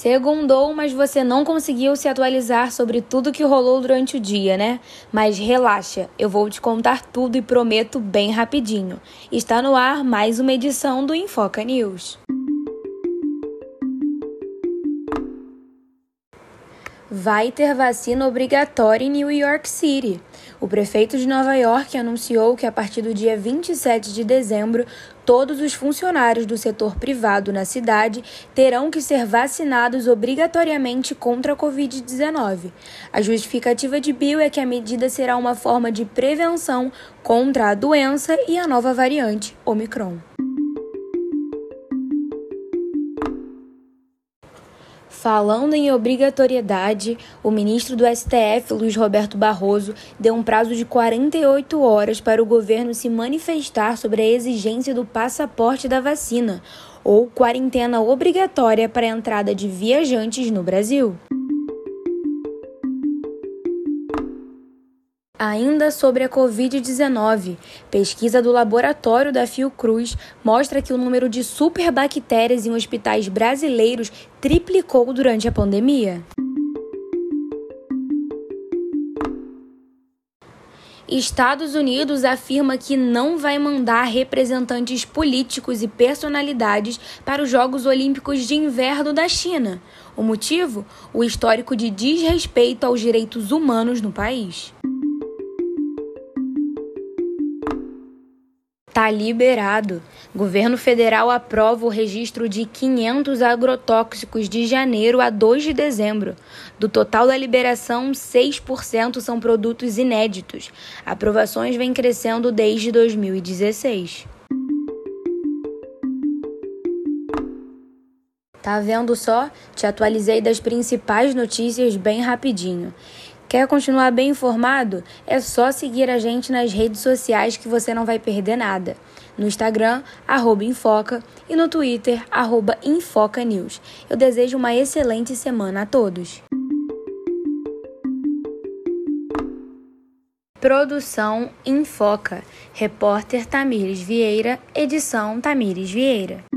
Segundou, mas você não conseguiu se atualizar sobre tudo que rolou durante o dia, né? Mas relaxa, eu vou te contar tudo e prometo bem rapidinho. Está no ar mais uma edição do Infoca News. Vai ter vacina obrigatória em New York City. O prefeito de Nova York anunciou que a partir do dia 27 de dezembro, todos os funcionários do setor privado na cidade terão que ser vacinados obrigatoriamente contra a Covid-19. A justificativa de Bill é que a medida será uma forma de prevenção contra a doença e a nova variante Omicron. Falando em obrigatoriedade, o ministro do STF, Luiz Roberto Barroso, deu um prazo de 48 horas para o governo se manifestar sobre a exigência do passaporte da vacina, ou quarentena obrigatória para a entrada de viajantes no Brasil. Ainda sobre a Covid-19, pesquisa do laboratório da Fiocruz mostra que o número de superbactérias em hospitais brasileiros triplicou durante a pandemia. Estados Unidos afirma que não vai mandar representantes políticos e personalidades para os Jogos Olímpicos de Inverno da China. O motivo? O histórico de desrespeito aos direitos humanos no país. Tá liberado. Governo federal aprova o registro de 500 agrotóxicos de janeiro a 2 de dezembro. Do total da liberação, 6% são produtos inéditos. Aprovações vêm crescendo desde 2016. Tá vendo só? Te atualizei das principais notícias bem rapidinho. Quer continuar bem informado? É só seguir a gente nas redes sociais que você não vai perder nada. No Instagram, @Infoca e no Twitter, @InfocaNews. Eu desejo uma excelente semana a todos. Produção Infoca. Repórter Tamires Vieira. Edição Tamires Vieira.